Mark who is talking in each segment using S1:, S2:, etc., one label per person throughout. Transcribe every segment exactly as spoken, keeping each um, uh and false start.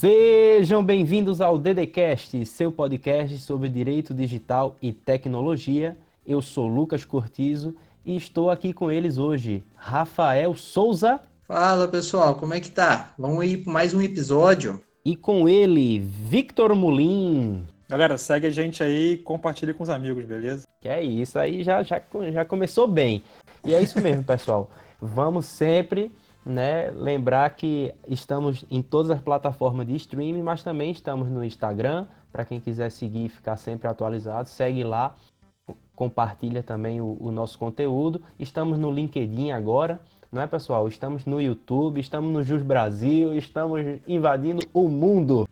S1: Sejam bem-vindos ao DDCast, seu podcast sobre direito digital e tecnologia. Eu sou Lucas Cortizo e estou aqui com eles hoje, Rafael Souza.
S2: Fala pessoal, como é que tá? Vamos aí para mais um episódio.
S1: E com ele, Victor Mulin.
S3: Galera, segue a gente aí e compartilha com os amigos, beleza?
S1: Que é isso, aí já, já, já começou bem. E é isso mesmo, pessoal. Vamos sempre, né, lembrar que estamos em todas as plataformas de streaming, mas também estamos no Instagram. Para quem quiser seguir e ficar sempre atualizado, segue lá, compartilha também o, o nosso conteúdo. Estamos no LinkedIn agora, não é, pessoal? Estamos no YouTube, estamos no Jus Brasil, estamos invadindo o mundo.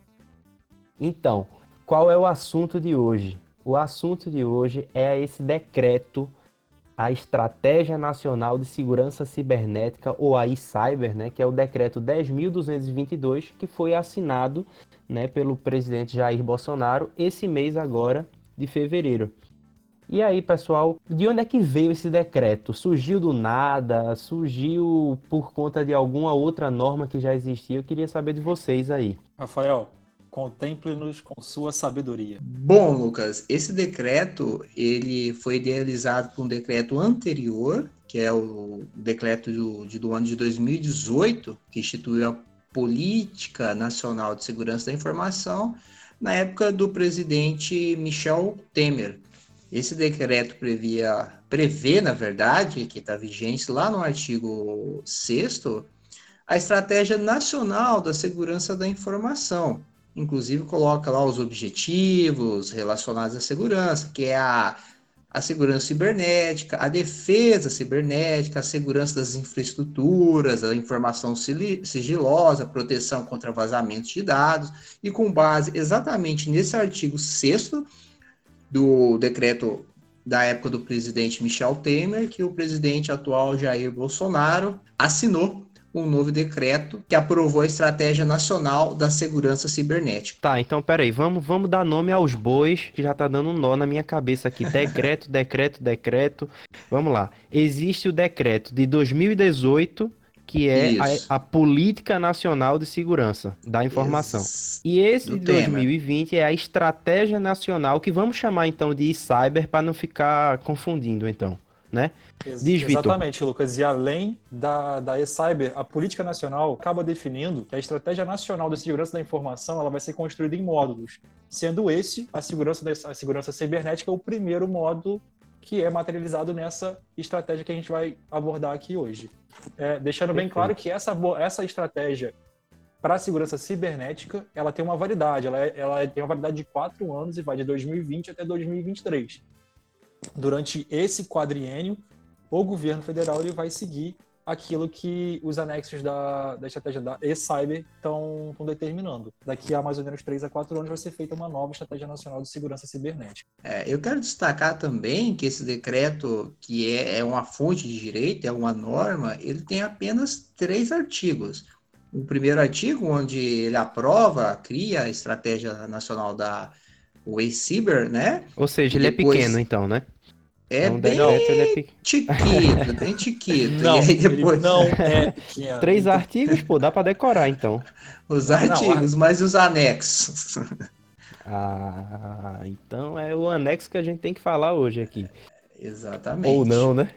S1: Então, qual é o assunto de hoje? O assunto de hoje é esse decreto, a Estratégia Nacional de Segurança Cibernética, ou a e-Cyber, né, que é o decreto dez mil duzentos e vinte e dois, que foi assinado, né, pelo presidente Jair Bolsonaro esse mês agora de fevereiro. E aí, pessoal, de onde é que veio esse decreto? Surgiu do nada? Surgiu por conta de alguma outra norma que já existia? Eu queria saber de vocês aí.
S3: Rafael, contemple-nos com sua sabedoria.
S2: Bom, Lucas, esse decreto ele foi idealizado por um decreto anterior, que é o decreto do, de, do ano de dois mil e dezoito, que instituiu a Política Nacional de Segurança da Informação, na época do presidente Michel Temer. Esse decreto previa, prevê, na verdade, que está vigente lá no artigo sexto, a Estratégia Nacional da Segurança da Informação. Inclusive, coloca lá os objetivos relacionados à segurança, que é a, a segurança cibernética, a defesa cibernética, a segurança das infraestruturas, a informação sigilosa, a proteção contra vazamentos de dados, e com base exatamente nesse artigo sexto do decreto da época do presidente Michel Temer, que o presidente atual Jair Bolsonaro assinou um novo decreto que aprovou a Estratégia Nacional da Segurança Cibernética.
S1: Tá, então peraí, vamos, vamos dar nome aos bois, que já tá dando um nó na minha cabeça aqui. Decreto, decreto, decreto. Vamos lá. Existe o decreto de dois mil e dezoito, que é a, a Política Nacional de Segurança da Informação. Ex- e esse de dois mil e vinte é a Estratégia Nacional, que vamos chamar então de e-Cyber para não ficar confundindo, então, né?
S3: Diz, Exatamente, Vitor. Lucas. E além da, da e-Cyber, a Política Nacional acaba definindo que a Estratégia Nacional de Segurança da Informação ela vai ser construída em módulos, sendo esse, a segurança, a segurança cibernética, o primeiro módulo que é materializado nessa estratégia que a gente vai abordar aqui hoje. É, deixando bem claro que essa, essa estratégia para a segurança cibernética, ela tem uma validade, ela, ela tem uma validade de quatro anos e vai de dois mil e vinte até dois mil e vinte e três. Durante esse quadriênio, o governo federal ele vai seguir aquilo que os anexos da, da estratégia da e-Cyber estão determinando. Daqui a mais ou menos três a quatro anos vai ser feita uma nova Estratégia Nacional de Segurança Cibernética.
S2: É, eu quero destacar também que esse decreto, que é, é uma fonte de direito, é uma norma, ele tem apenas três artigos. O primeiro artigo, onde ele aprova, cria a Estratégia Nacional da e-Cyber, né?
S1: Ou seja,
S2: e
S1: ele
S2: depois...
S1: é pequeno, então, né?
S2: É,
S1: então,
S2: bem
S1: decreto, ele é pe...
S2: tiquito, bem tiquito.
S3: Não,
S2: e aí depois...
S3: não é pequeno.
S1: Três artigos, pô, dá para decorar, então.
S2: Os não, artigos, não, mas os anexos.
S1: Ah, então é o anexo que a gente tem que falar hoje aqui.
S2: Exatamente.
S1: Ou não, né?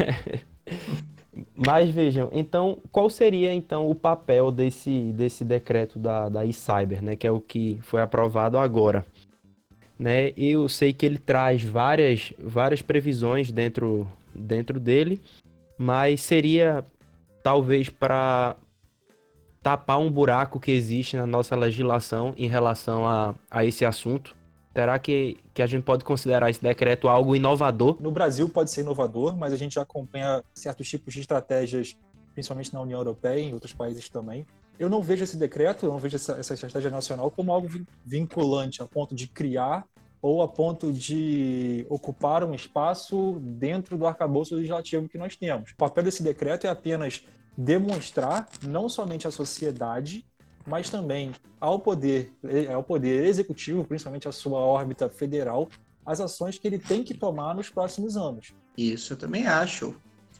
S1: Mas vejam, então, qual seria então o papel desse, desse decreto da, da e-Cyber, né? Que é o que foi aprovado agora. Né? Eu sei que ele traz várias, várias previsões dentro, dentro dele, mas seria talvez para tapar um buraco que existe na nossa legislação em relação a, a esse assunto. Será que, que a gente pode considerar esse decreto algo inovador?
S3: No Brasil pode ser inovador, mas a gente já acompanha certos tipos de estratégias, principalmente na União Europeia e em outros países também. Eu não vejo esse decreto, eu não vejo essa, essa estratégia nacional como algo vinculante a ponto de criar ou a ponto de ocupar um espaço dentro do arcabouço legislativo que nós temos. O papel desse decreto é apenas demonstrar não somente à sociedade, mas também ao poder, ao poder executivo, principalmente a sua órbita federal, as ações que ele tem que tomar nos próximos anos.
S2: Isso eu também acho.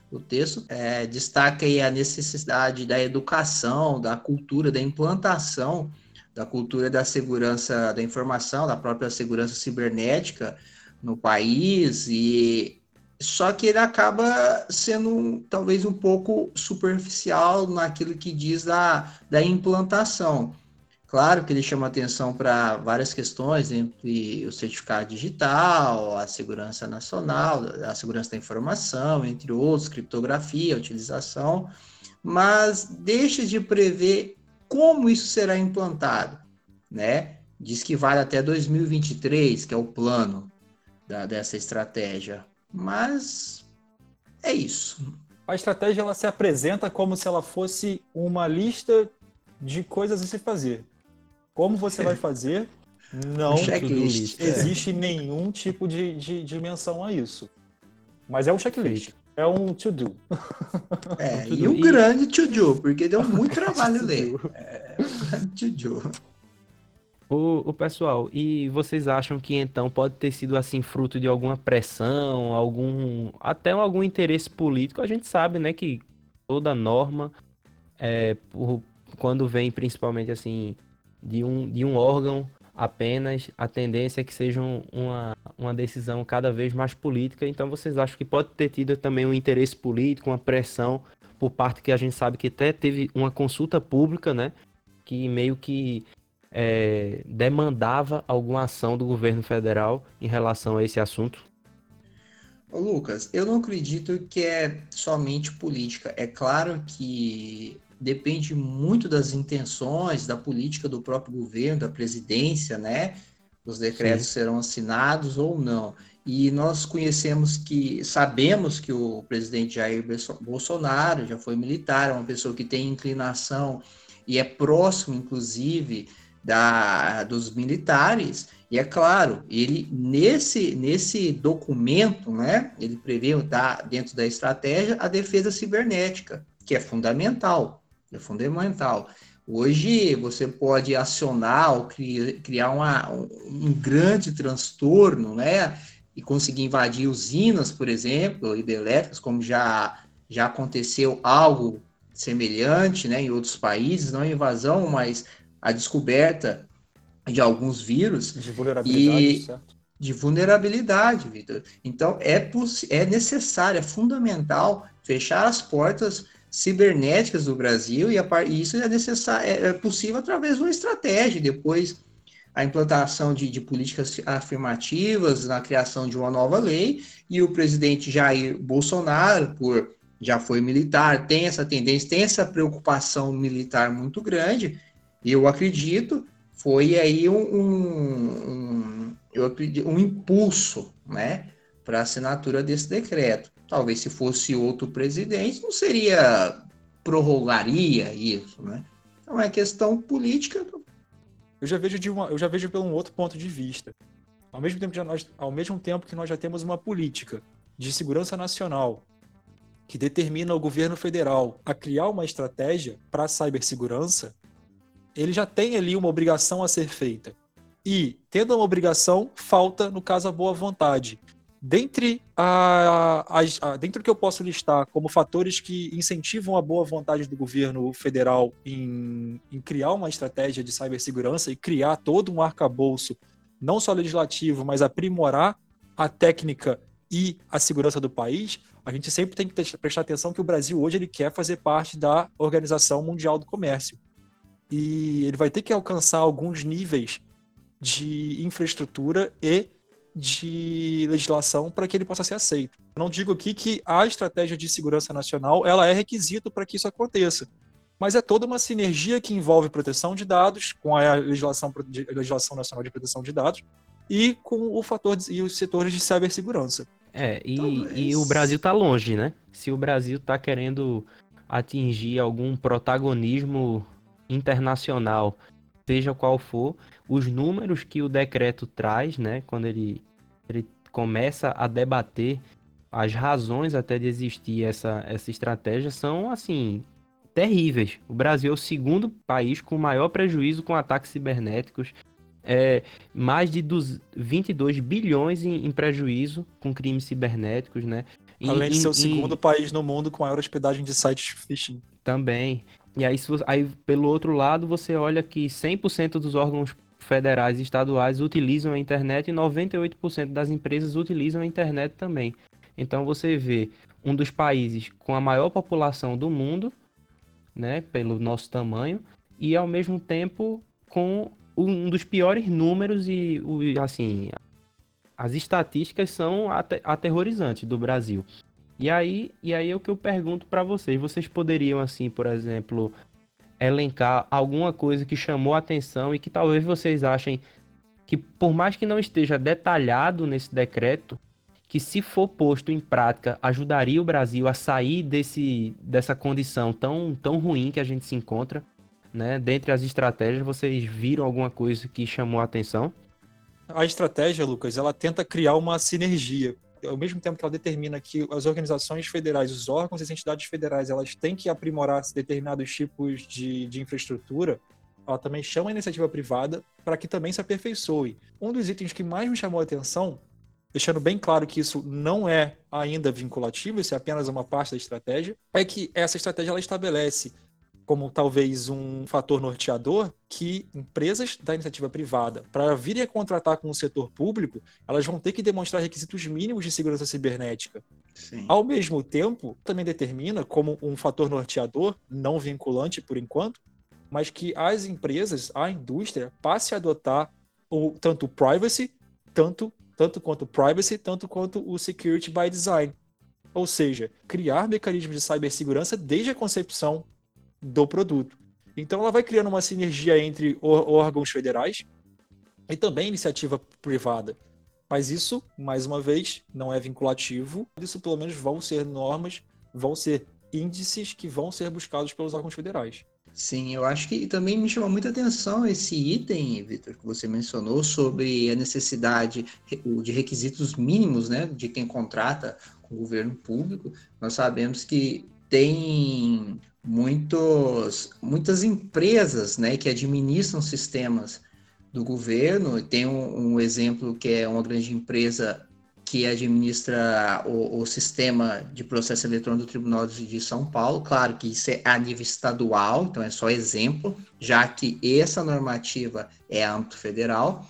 S2: O texto é, destaca aí a necessidade da educação, da cultura, da implantação da cultura da segurança da informação, da própria segurança cibernética no país, e só que ele acaba sendo talvez um pouco superficial naquilo que diz da, da implantação. Claro que ele chama atenção para várias questões, entre o certificado digital, a segurança nacional, a segurança da informação, entre outros, criptografia, utilização, mas deixa de prever como isso será implantado, né? Diz que vale até dois mil e vinte e três, que é o plano da, dessa estratégia, mas é isso.
S3: A estratégia ela se apresenta como se ela fosse uma lista de coisas a se fazer. Como você vai fazer, não
S2: checklist.
S3: existe nenhum tipo de, de, de menção a isso. Mas é um checklist, é um to-do.
S2: É,
S1: um to-do.
S2: e um
S1: E...
S2: grande to-do, porque deu muito trabalho ler. É, um grande to-do.
S1: O, o pessoal, e vocês acham que então pode ter sido assim fruto de alguma pressão, algum até algum interesse político? A gente sabe, né, que toda norma, é, por, quando vem principalmente assim de um, de um órgão apenas, a tendência é que seja um- uma, uma decisão cada vez mais política. Então vocês acham que pode ter tido também um interesse político, uma pressão por parte que a gente sabe que até teve uma consulta pública, né, que meio que é, demandava alguma ação do governo federal em relação a esse assunto?
S2: Ô, Lucas, eu não acredito que é somente política. É claro que depende muito das intenções, da política do próprio governo, da presidência, né? Os decretos
S1: Sim,
S2: serão assinados ou não. E nós conhecemos que, sabemos que o presidente Jair Bolsonaro já foi militar, é uma pessoa que tem inclinação e é próximo, inclusive, da, dos militares. E é claro, ele nesse, nesse documento, né, ele prevê tá, dentro da estratégia a defesa cibernética, que é fundamental, é fundamental. Hoje você pode acionar ou criar uma, um grande transtorno, né, e conseguir invadir usinas, por exemplo, hidrelétricas, como já, já aconteceu algo semelhante, né, em outros países, não invasão, mas a descoberta de alguns vírus
S3: De vulnerabilidade,
S2: e
S3: certo?
S2: de vulnerabilidade, Vitor. Então, é, é necessário, é fundamental fechar as portas cibernéticas do Brasil e, a, e isso é, necessário, é, é possível através de uma estratégia. Depois, a implantação de, de políticas afirmativas, na criação de uma nova lei, e o presidente Jair Bolsonaro, por já foi militar, tem essa tendência, tem essa preocupação militar muito grande, e eu acredito foi aí um, um, um, eu acredito, um impulso, né, para a assinatura desse decreto. Talvez se fosse outro presidente, não seria, prorrogaria isso, né? Então é questão política.
S3: Eu já vejo de uma, eu já vejo pelo um outro ponto de vista. Ao mesmo tempo que nós, ao mesmo tempo que nós já temos uma política de segurança nacional que determina o governo federal a criar uma estratégia para a cibersegurança, ele já tem ali uma obrigação a ser feita. E, tendo uma obrigação, falta, no caso, a boa vontade. Dentre, a, a, a, dentre o que eu posso listar como fatores que incentivam a boa vontade do governo federal em, em criar uma estratégia de cibersegurança e criar todo um arcabouço, não só legislativo, mas aprimorar a técnica e a segurança do país, a gente sempre tem que prestar atenção que o Brasil hoje ele quer fazer parte da Organização Mundial do Comércio. E ele vai ter que alcançar alguns níveis de infraestrutura e de legislação para que ele possa ser aceito. Eu não digo aqui que a estratégia de segurança nacional ela é requisito para que isso aconteça, mas é toda uma sinergia que envolve proteção de dados com a legislação, a legislação nacional de proteção de dados e com o fator de, e os setores de cibersegurança.
S1: É, e,
S2: Talvez.
S1: e o Brasil tá longe, né? Se o Brasil tá querendo atingir algum protagonismo internacional, seja qual for, os números que o decreto traz, né, quando ele, ele começa a debater as razões até de existir essa, essa estratégia, são, assim, terríveis. O Brasil é o segundo país com maior prejuízo com ataques cibernéticos, é, mais de vinte e dois bilhões em, em prejuízo com crimes cibernéticos, né? E,
S3: Além de ser o
S1: e-
S3: segundo
S1: e
S3: país no mundo com maior hospedagem de sites phishing.
S1: também. E aí, se você- aí, pelo outro lado, você olha que cem por cento dos órgãos federais e estaduais utilizam a internet e noventa e oito por cento das empresas utilizam a internet também. Então você vê um dos países com a maior população do mundo, né, pelo nosso tamanho, e ao mesmo tempo com um dos piores números e o- assim, as estatísticas são ate- aterrorizantes do Brasil. E aí, e aí é o que eu pergunto para vocês. Vocês poderiam, assim, por exemplo, elencar alguma coisa que chamou a atenção e que talvez vocês achem que, por mais que não esteja detalhado nesse decreto, que se for posto em prática, ajudaria o Brasil a sair desse, dessa condição tão, tão ruim que a gente se encontra, né? Dentre as estratégias, vocês viram alguma coisa que chamou a atenção?
S3: A estratégia, Lucas, ela tenta criar uma sinergia. Ao mesmo tempo que ela determina que as organizações federais, os órgãos e as entidades federais, elas têm que aprimorar determinados tipos de, de infraestrutura, ela também chama a iniciativa privada para que também se aperfeiçoe. Um dos itens que mais me chamou a atenção, deixando bem claro que isso não é ainda vinculativo, isso é apenas uma parte da estratégia, é que essa estratégia ela estabelece como talvez um fator norteador que empresas da iniciativa privada, para virem a contratar com o setor público, elas vão ter que demonstrar requisitos mínimos de segurança cibernética.
S2: Sim.
S3: Ao mesmo tempo, também determina como um fator norteador, não vinculante por enquanto, mas que as empresas, a indústria, passe a adotar o, tanto o privacy, tanto, tanto quanto o privacy, tanto quanto o security by design. Ou seja, criar mecanismos de cibersegurança desde a concepção do produto. Então ela vai criando uma sinergia entre órgãos federais e também iniciativa privada. Mas isso, mais uma vez, não é vinculativo. Isso pelo menos vão ser normas, vão ser índices que vão ser buscados pelos órgãos federais.
S2: Sim, eu acho que também me chamou muita atenção esse item, Vitor, que você mencionou sobre a necessidade de requisitos mínimos, né, de quem contrata com o governo público. Nós sabemos que tem muitos, muitas empresas, né, que administram sistemas do governo. Tem um, um exemplo que é uma grande empresa que administra o, o sistema de processo eletrônico do Tribunal de São Paulo. Claro que isso é a nível estadual, então é só exemplo, já que essa normativa é âmbito federal,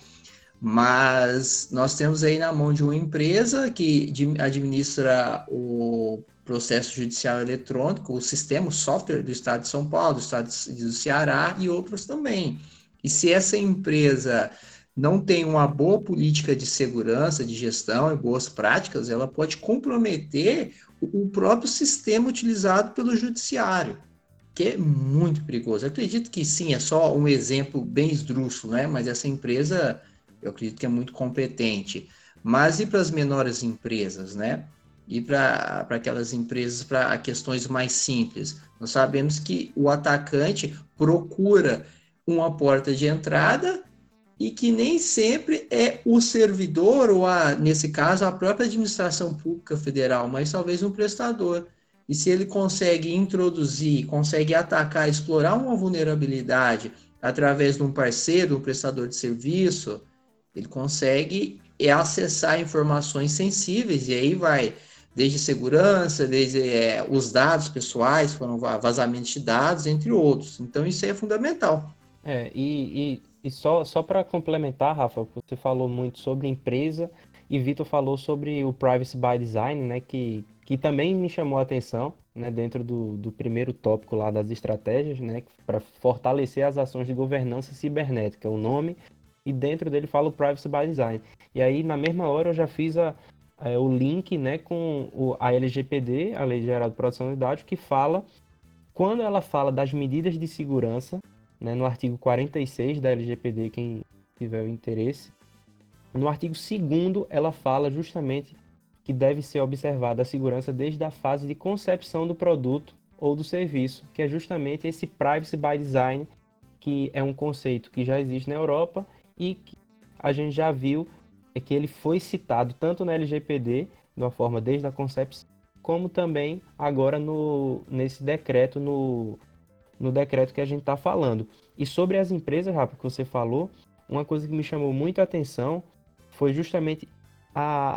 S2: mas nós temos aí na mão de uma empresa que administra o processo judicial eletrônico, o sistema, o software do Estado de São Paulo, do Estado do Ceará e outros também. E se essa empresa não tem uma boa política de segurança, de gestão e boas práticas, ela pode comprometer o próprio sistema utilizado pelo judiciário, que é muito perigoso. Eu acredito que sim, é só um exemplo bem esdrúxulo, né? Mas essa empresa, eu acredito que é muito competente. Mas e para as menores empresas, né? E para aquelas empresas, para questões mais simples? Nós sabemos que o atacante procura uma porta de entrada e que nem sempre é o servidor, ou a, nesse caso, a própria administração pública federal, mas talvez um prestador. E se ele consegue introduzir, consegue atacar, explorar uma vulnerabilidade através de um parceiro, um prestador de serviço, ele consegue acessar informações sensíveis, e aí vai desde segurança, desde é, os dados pessoais, foram vazamentos de dados, entre outros. Então isso aí é fundamental.
S1: É, e, e, e só, só para complementar, Rafa, você falou muito sobre empresa e Vitor falou sobre o Privacy by Design, né, que, que também me chamou a atenção, né, dentro do, do primeiro tópico lá das estratégias, né, para fortalecer as ações de governança cibernética, o nome, e dentro dele fala o Privacy by Design. E aí, na mesma hora, eu já fiz a, é, o link, né, com o, a L G P D, a Lei Geral de Proteção de Dados, que fala, quando ela fala das medidas de segurança, né, no artigo quarenta e seis da L G P D, quem tiver o interesse. No artigo segundo, ela fala justamente que deve ser observada a segurança desde a fase de concepção do produto ou do serviço, que é justamente esse Privacy by Design, que é um conceito que já existe na Europa e que a gente já viu é que ele foi citado tanto na L G P D, de uma forma desde a concepção, como também agora no, nesse decreto, no no decreto que a gente está falando. E sobre as empresas, Rafa, que você falou, uma coisa que me chamou muito a atenção foi justamente a,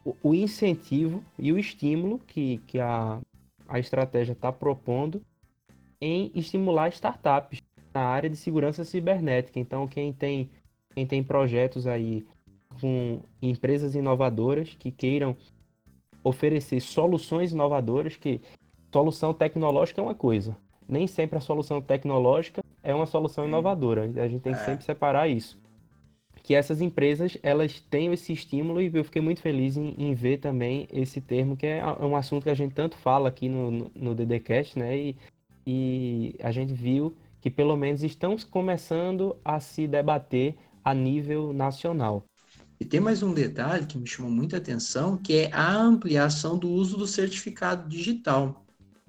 S1: o, o incentivo e o estímulo que, que a, a estratégia está propondo em estimular startups na área de segurança cibernética. Então, quem tem, quem tem projetos aí com empresas inovadoras que queiram oferecer soluções inovadoras, que solução tecnológica é uma coisa, nem sempre a solução tecnológica é uma solução inovadora. A gente tem que sempre separar isso. Que essas empresas, elas tenham esse estímulo, e eu fiquei muito feliz em, em ver também esse termo, que é um assunto que a gente tanto fala aqui no, no, no DDCast, né? E, e a gente viu que pelo menos estão começando a se debater a nível nacional.
S2: E tem mais um detalhe que me chamou muita atenção, que é a ampliação do uso do certificado digital.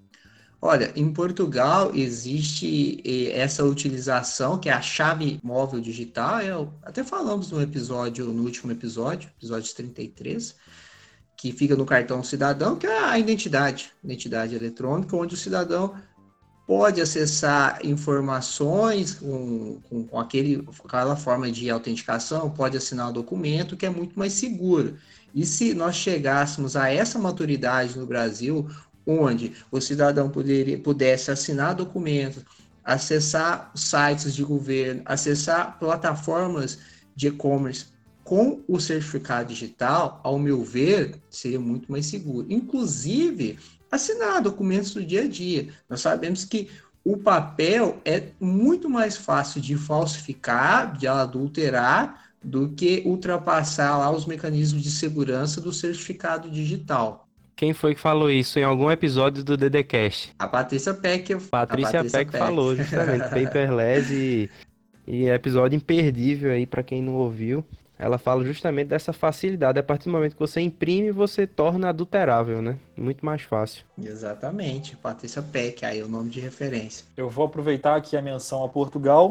S2: Olha, em Portugal existe essa utilização, que é a chave móvel digital. Eu, até falamos no episódio, no último episódio, episódio trinta e três, que fica no cartão cidadão, que é a identidade, identidade eletrônica, onde o cidadão pode acessar informações com, com, com aquele, aquela forma de autenticação, pode assinar o documento, que é muito mais seguro. E se nós chegássemos a essa maturidade no Brasil, onde o cidadão poderia, pudesse assinar documentos, acessar sites de governo, acessar plataformas de e-commerce com o certificado digital, ao meu ver, seria muito mais seguro. Inclusive, assinar documentos do dia a dia. Nós sabemos que o papel é muito mais fácil de falsificar, de adulterar, do que ultrapassar lá os mecanismos de segurança do certificado digital.
S1: Quem foi que falou isso em algum episódio do DDCast?
S2: A Patrícia Peck.
S1: Patrícia, Patrícia Peck, Peck falou, justamente, paperless e, e episódio imperdível aí para quem não ouviu. Ela fala justamente dessa facilidade. A partir do momento que você imprime, você torna adulterável, né? Muito mais fácil.
S2: Exatamente. Patrícia Peck, aí é o nome de referência.
S3: Eu vou aproveitar aqui a menção a Portugal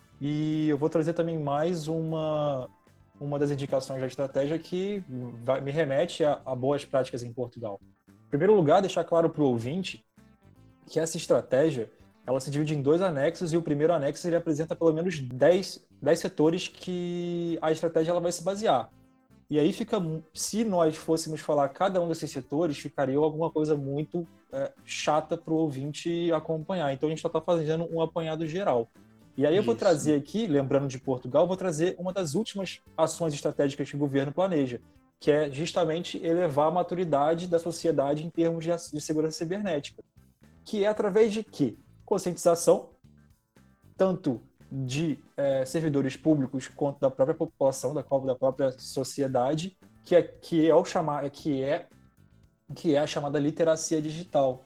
S3: e eu vou trazer também mais uma, uma das indicações da estratégia que vai, me remete a, a boas práticas em Portugal. Em primeiro lugar, deixar claro para o ouvinte que essa estratégia ela se divide em dois anexos, e o primeiro anexo ele apresenta pelo menos dez, dez setores que a estratégia ela vai se basear. E aí fica, se nós fôssemos falar cada um desses setores, ficaria alguma coisa muito é, chata para o ouvinte acompanhar. Então a gente só está fazendo um apanhado geral. E aí eu vou Isso. trazer aqui, lembrando de Portugal, vou trazer uma das últimas ações estratégicas que o governo planeja, que é justamente elevar a maturidade da sociedade em termos de, de segurança cibernética. Que é através de quê? Conscientização, tanto de é, servidores públicos quanto da própria população, da, da própria sociedade, que é, que, é o chamar, que, é, que é a chamada literacia digital.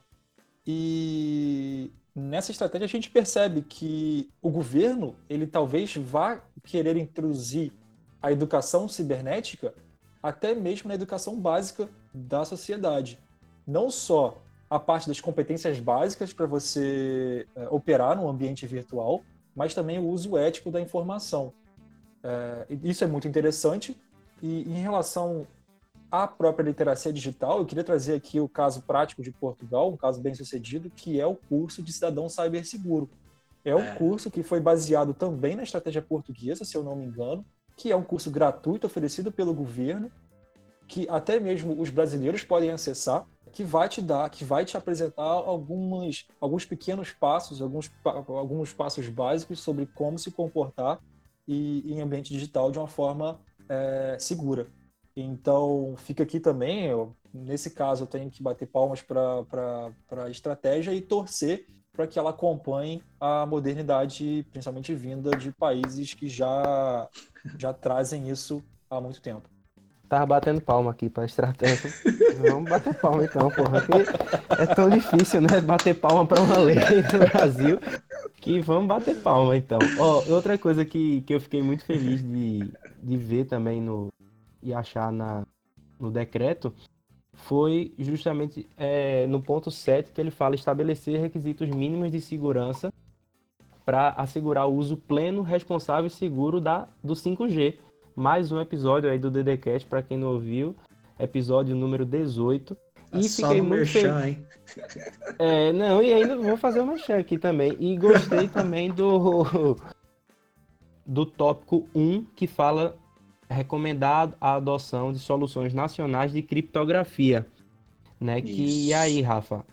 S3: E nessa estratégia a gente percebe que o governo ele talvez vá querer introduzir a educação cibernética até mesmo na educação básica da sociedade. Não só a parte das competências básicas para você é, operar no ambiente virtual, mas também o uso ético da informação. É, isso é muito interessante. E em relação à própria literacia digital, eu queria trazer aqui o caso prático de Portugal, um caso bem sucedido, que é o curso de Cidadão Cyberseguro. É um é. curso que foi baseado também na estratégia portuguesa, se eu não me engano, que é um curso gratuito oferecido pelo governo, que até mesmo os brasileiros podem acessar, que vai te dar, que vai te apresentar algumas, alguns pequenos passos, alguns, alguns passos básicos sobre como se comportar e, em ambiente digital de uma forma é, segura. Então, fica aqui também, eu, nesse caso, eu tenho que bater palmas para a estratégia e torcer para que ela acompanhe a modernidade, principalmente vinda de países que já, já trazem isso há muito tempo.
S1: Tava batendo palma aqui pra estratégia. Vamos bater palma então, porra. É tão difícil, né? Bater palma pra uma lei no Brasil. Que vamos bater palma então. Ó, outra coisa que, que eu fiquei muito feliz de, de ver também no, e achar na, no decreto foi justamente é, no ponto sete, que ele fala estabelecer requisitos mínimos de segurança para assegurar o uso pleno, responsável e seguro da, do cinco G. Mais um episódio aí do DDCast, para quem não ouviu, episódio número dezoito. E
S2: Só
S1: fiquei
S2: no
S1: muito
S2: merchan,
S1: feliz.
S2: hein?
S1: É, não, e ainda vou fazer uma merchan aqui também. E gostei também do, do tópico um, que fala recomendar a adoção de soluções nacionais de criptografia, né? Que, e aí,
S2: Isso.
S1: Rafa,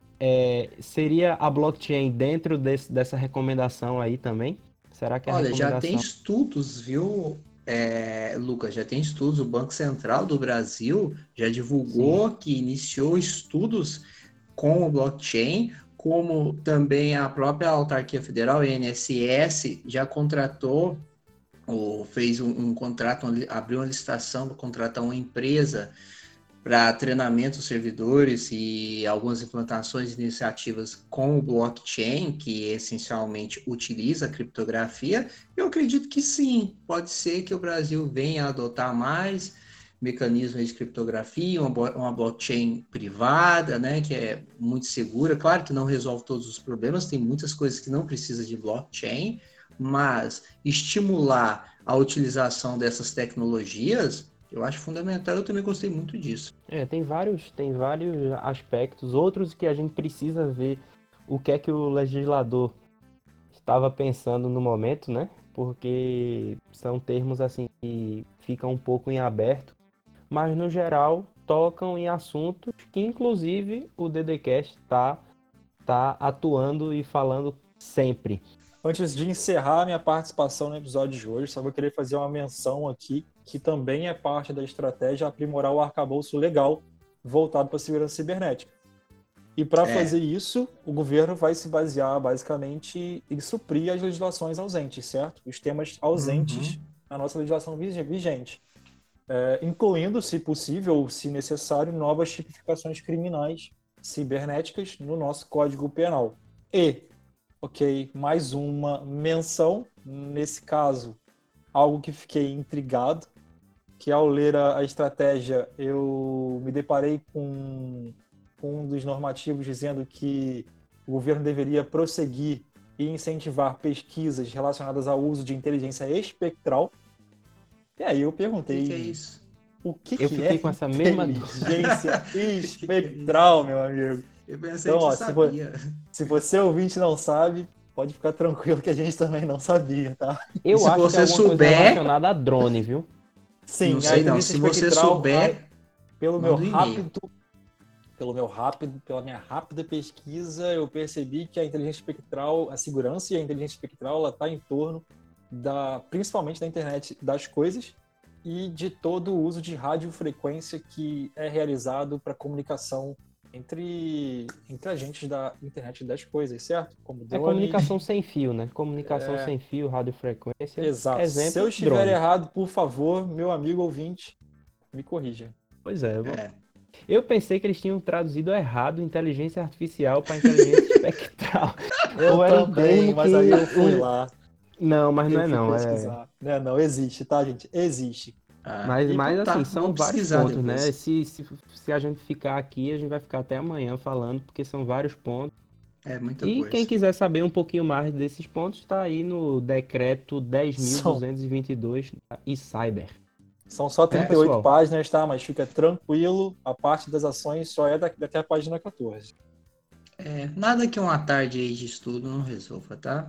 S1: é, seria a blockchain dentro desse, dessa recomendação aí também? Será que a
S2: Olha, já tem
S1: recomendação...
S2: estudos, viu, é, Lucas? Já tem estudos. O Banco Central do Brasil já
S1: Sim,
S2: divulgou que iniciou estudos com o blockchain, como também a própria autarquia federal, I N S S, já contratou ou fez um, um contrato, abriu uma licitação para contratar uma empresa para treinamento dos servidores e algumas implantações e iniciativas com o blockchain, que essencialmente utiliza a criptografia. Eu acredito que sim, pode ser que o Brasil venha a adotar mais mecanismos de criptografia, uma, uma blockchain privada, né, que é muito segura. Claro que não resolve todos os problemas, tem muitas coisas que não precisa de blockchain, mas estimular a utilização dessas tecnologias eu acho fundamental, eu também gostei muito disso.
S1: é, tem vários, tem vários aspectos, outros que a gente precisa ver o que é que o legislador estava pensando no momento, né? Porque são termos assim que ficam um pouco em aberto, mas no geral tocam em assuntos que inclusive o DDCast está tá atuando e falando sempre.
S3: Antes de encerrar minha participação no episódio de hoje, só vou querer fazer uma menção aqui, que também é parte da estratégia aprimorar o arcabouço legal voltado para a segurança cibernética. E para
S2: É.
S3: fazer isso, o governo vai se basear basicamente em suprir as legislações ausentes, certo? Os temas ausentes
S2: Uhum.
S3: na nossa legislação vigente, é, incluindo, se possível ou se necessário, novas tipificações criminais cibernéticas no nosso Código Penal. E ok, mais uma menção, nesse caso, algo que fiquei intrigado, que ao ler a, a estratégia eu me deparei com, com um dos normativos dizendo que o governo deveria prosseguir e incentivar pesquisas relacionadas ao uso de inteligência espectral. E aí eu
S2: O que, que é
S3: perguntei,
S2: isso?
S3: o que,
S1: Eu
S3: que
S1: fiquei
S3: é
S1: com essa mesma
S3: inteligência
S2: O que, que é isso?
S3: espectral, meu amigo?
S2: Eu pensei
S3: Então,
S2: que você
S3: ó, se, vo-
S2: sabia.
S3: se você ouvinte não sabe, pode ficar tranquilo que a gente também não sabia, tá?
S2: E
S1: Eu
S2: se
S1: acho que é
S2: você
S1: alguma coisa
S2: souber,
S1: relacionada a drone, viu?
S2: não
S3: Sim, a
S2: sei não.
S3: inteligência
S2: Se você
S3: espectral, a-
S2: souber,
S3: pelo meu
S2: manda um e-mail.
S3: rápido, pelo meu rápido, pela minha rápida pesquisa, eu percebi que a inteligência espectral, a segurança e a inteligência espectral, ela está em torno da, principalmente da internet das coisas e de todo o uso de radiofrequência que é realizado para comunicação entre, entre agentes da internet das coisas, certo? Como
S1: É
S3: drones.
S1: comunicação sem fio, né? Comunicação sem fio, radiofrequência.
S3: Exato. Se eu
S1: Exemplo,
S3: estiver
S1: drone.
S3: errado, por favor, meu amigo ouvinte, me corrija.
S1: Pois é, eu, vou-
S2: É.
S1: eu pensei que eles tinham traduzido errado inteligência artificial para inteligência espectral.
S3: Eu
S1: Ou era um
S3: também,
S1: termo
S3: mas aí
S1: que
S3: eu fui
S1: um...
S3: lá,
S1: Não, mas não
S3: eu
S1: é
S3: fui
S1: não. É...
S3: pesquisar. Não, não, existe, tá, gente? Existe.
S2: Ah,
S1: Mas, mas
S2: então
S1: assim,
S2: tá, vou
S1: são vários
S2: pesquisar
S1: pontos, né?
S2: depois.
S1: Se, se, se a gente ficar aqui, a gente vai ficar até amanhã falando, porque são vários pontos.
S2: É muita
S1: E quem
S2: coisa.
S1: quiser saber um pouquinho mais desses pontos, está aí no decreto dez mil
S3: São,
S1: duzentos e e vinte e dois da e-Cyber.
S3: são só
S1: Né,
S3: trinta e oito
S1: pessoal?
S3: páginas, tá? Mas fica tranquilo, a parte das ações só é daqui até a página quatorze.
S2: É, nada que uma tarde aí de estudo não resolva, tá?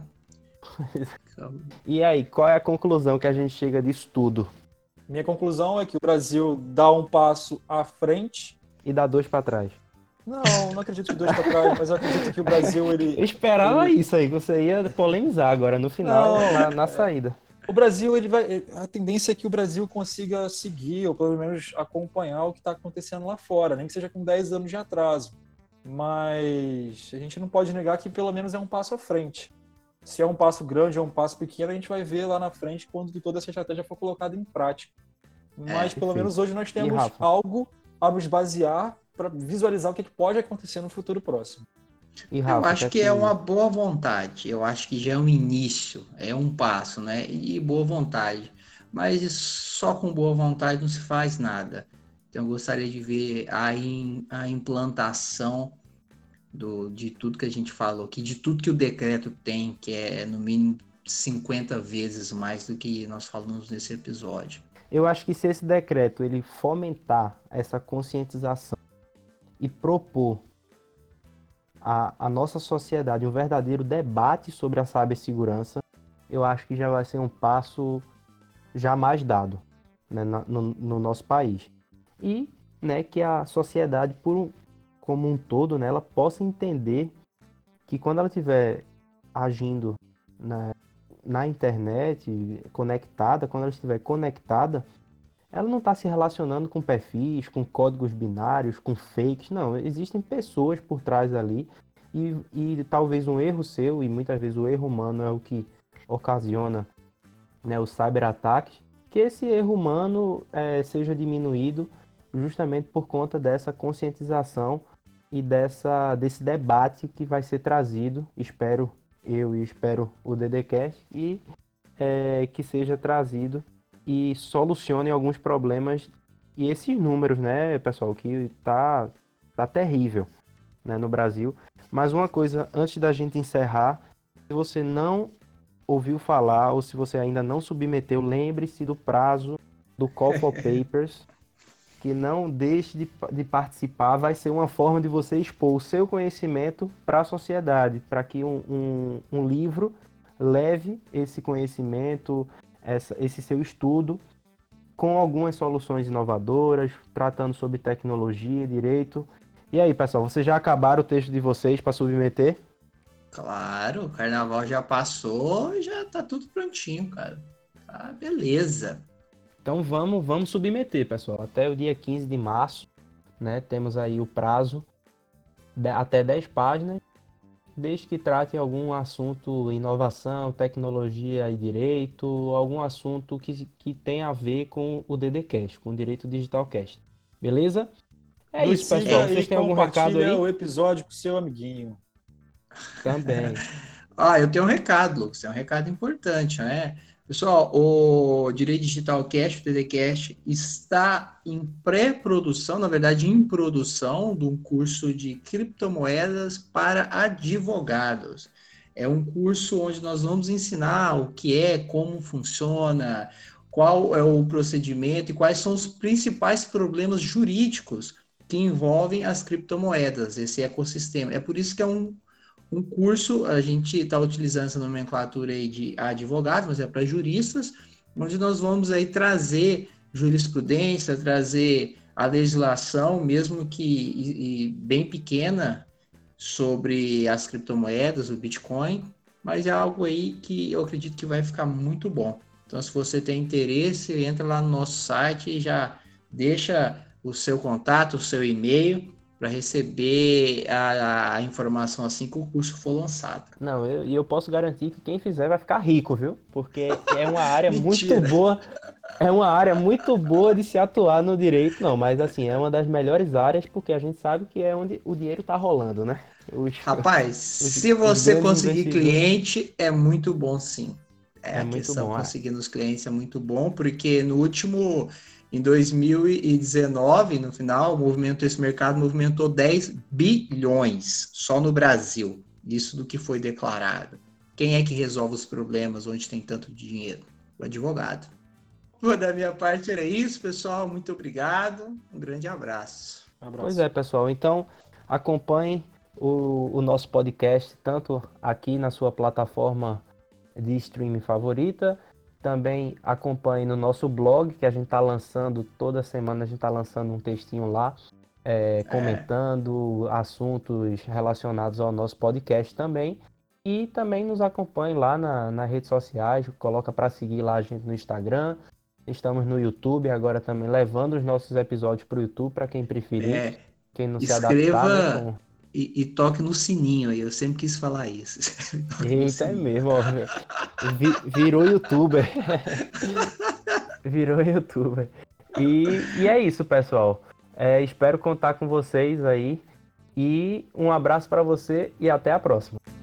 S1: E aí, qual é a conclusão que a gente chega disso tudo?
S3: Minha conclusão é que o Brasil dá um passo à frente.
S1: E dá dois para trás.
S3: Não, não acredito que dois para trás, mas eu acredito que o Brasil, ele,
S1: Eu esperava
S3: ele...
S1: isso aí, que você ia polemizar agora no final,
S3: Não,
S1: na, na saída.
S3: o Brasil, ele vai. A tendência é que o Brasil consiga seguir, ou pelo menos acompanhar o que está acontecendo lá fora, nem que seja com dez anos de atraso. Mas a gente não pode negar que pelo menos é um passo à frente. Se é um passo grande ou um passo pequeno, a gente vai ver lá na frente quando que toda essa estratégia for colocada em prática. Mas
S2: É,
S3: pelo menos
S1: Perfeito.
S3: hoje nós
S1: E
S3: temos
S1: Rafa?
S3: algo a nos basear para visualizar o que que pode acontecer no futuro próximo.
S1: E
S2: eu
S1: Rafa, o que
S2: acho
S1: é
S2: que é
S1: que.
S2: uma boa vontade. Eu acho que já é um início, é um passo, né? E boa vontade. Mas só com boa vontade não se faz nada. Então eu gostaria de ver a, in, a implantação do, de tudo que a gente falou aqui, de tudo que o decreto tem, que é no mínimo cinquenta vezes mais do que nós falamos nesse episódio.
S1: Eu acho que se esse decreto ele fomentar essa conscientização e propor à, à nossa sociedade um verdadeiro debate sobre a cibersegurança, eu acho que já vai ser um passo jamais dado. né, na- no, no nosso país. E, né, que a sociedade, por, um- como um todo, né, ela possa entender que quando ela estiver agindo na, na internet, conectada, quando ela estiver conectada, ela não está se relacionando com perfis, com códigos binários, com fakes. Não, existem pessoas por trás ali e, e talvez um erro seu, e muitas vezes o erro humano é o que ocasiona, né, os cyberataques, que esse erro humano eh, seja diminuído justamente por conta dessa conscientização e dessa, desse debate que vai ser trazido, espero eu e espero o DDCast, e eh, que seja trazido e solucione alguns problemas e esses números, né, pessoal, que tá, tá terrível, né, no Brasil. Mas uma coisa, antes da gente encerrar, se você não ouviu falar ou se você ainda não submeteu, lembre-se do prazo do Call for Papers, que não deixe de, de participar, vai ser uma forma de você expor o seu conhecimento para a sociedade, para que um, um, um livro leve esse conhecimento, essa, esse seu estudo, com algumas soluções inovadoras, tratando sobre tecnologia, direito. E aí, pessoal, vocês já acabaram o texto de vocês para submeter?
S2: Claro, o carnaval já passou e já tá tudo prontinho, cara. Tá, beleza.
S1: Então vamos, vamos submeter, pessoal. Até o dia quinze de março, né? Temos aí o prazo de, até dez páginas, desde que trate algum assunto inovação, tecnologia e direito, algum assunto que, que tenha a ver com o DDCast, com o Direito Digital Cast. Beleza? É
S3: Nos
S1: isso, pessoal.
S3: siga
S1: Vocês
S3: e
S1: têm algum recado
S3: compartilha
S1: aí?
S3: o episódio com seu amiguinho.
S1: Também.
S2: Ah, eu tenho um recado, Lucas, é um recado importante, né? Pessoal, o Direito Digital Cast, o DDCast, está em pré-produção, na verdade, em produção de um curso de criptomoedas para advogados. É um curso onde nós vamos ensinar o que é, como funciona, qual é o procedimento e quais são os principais problemas jurídicos que envolvem as criptomoedas, esse ecossistema. É por isso que é um um curso, a gente está utilizando essa nomenclatura aí de advogados, mas é para juristas, onde nós vamos aí trazer jurisprudência, trazer a legislação, mesmo que e, e bem pequena, sobre as criptomoedas, o Bitcoin, mas é algo aí que eu acredito que vai ficar muito bom. Então, se você tem interesse, entra lá no nosso site e já deixa o seu contato, o seu e-mail, para receber a, a informação assim que o curso for lançado.
S1: Não, eu, e eu posso garantir que quem fizer vai ficar rico, viu? Porque é uma área muito
S2: Mentira!
S1: boa, é uma área muito boa de se atuar no direito, não, mas assim, é uma das melhores áreas porque a gente sabe que é onde o dinheiro tá rolando, né? Os,
S2: Rapaz,
S1: os,
S2: se
S1: os
S2: você
S1: grandes
S2: conseguir
S1: investidores
S2: cliente, é muito bom sim. É
S1: é
S2: a
S1: muito
S2: questão,
S1: bom. Ah,
S2: conseguir nos clientes é muito bom, porque no último, em dois mil e dezenove, no final, o movimento, esse mercado movimentou dez bilhões só no Brasil, isso do que foi declarado. Quem é que resolve os problemas onde tem tanto dinheiro? O advogado. Bom, da minha parte era isso, pessoal. Muito obrigado. Um grande abraço.
S3: Um
S1: pois
S3: abraço.
S1: é, pessoal. Então, acompanhe o, o nosso podcast, tanto aqui na sua plataforma de streaming favorita. Também acompanhe no nosso blog, que a gente está lançando, toda semana a gente está lançando um textinho lá, é, comentando assuntos relacionados ao nosso podcast também. E também nos acompanhe lá na, nas redes sociais, coloca para seguir lá a gente no Instagram. Estamos no YouTube agora também, levando os nossos episódios para o YouTube, para quem preferir,
S2: É,
S1: quem não se adaptar, né,
S2: escreva
S1: com...
S2: e, e toque no sininho aí. Eu sempre quis falar isso. Toque no
S1: Eita, é
S2: sininho.
S1: mesmo, ó. Vi- virou youtuber. Virou youtuber. E, e é isso, pessoal. É, espero contar com vocês aí. E um abraço para você e até a próxima.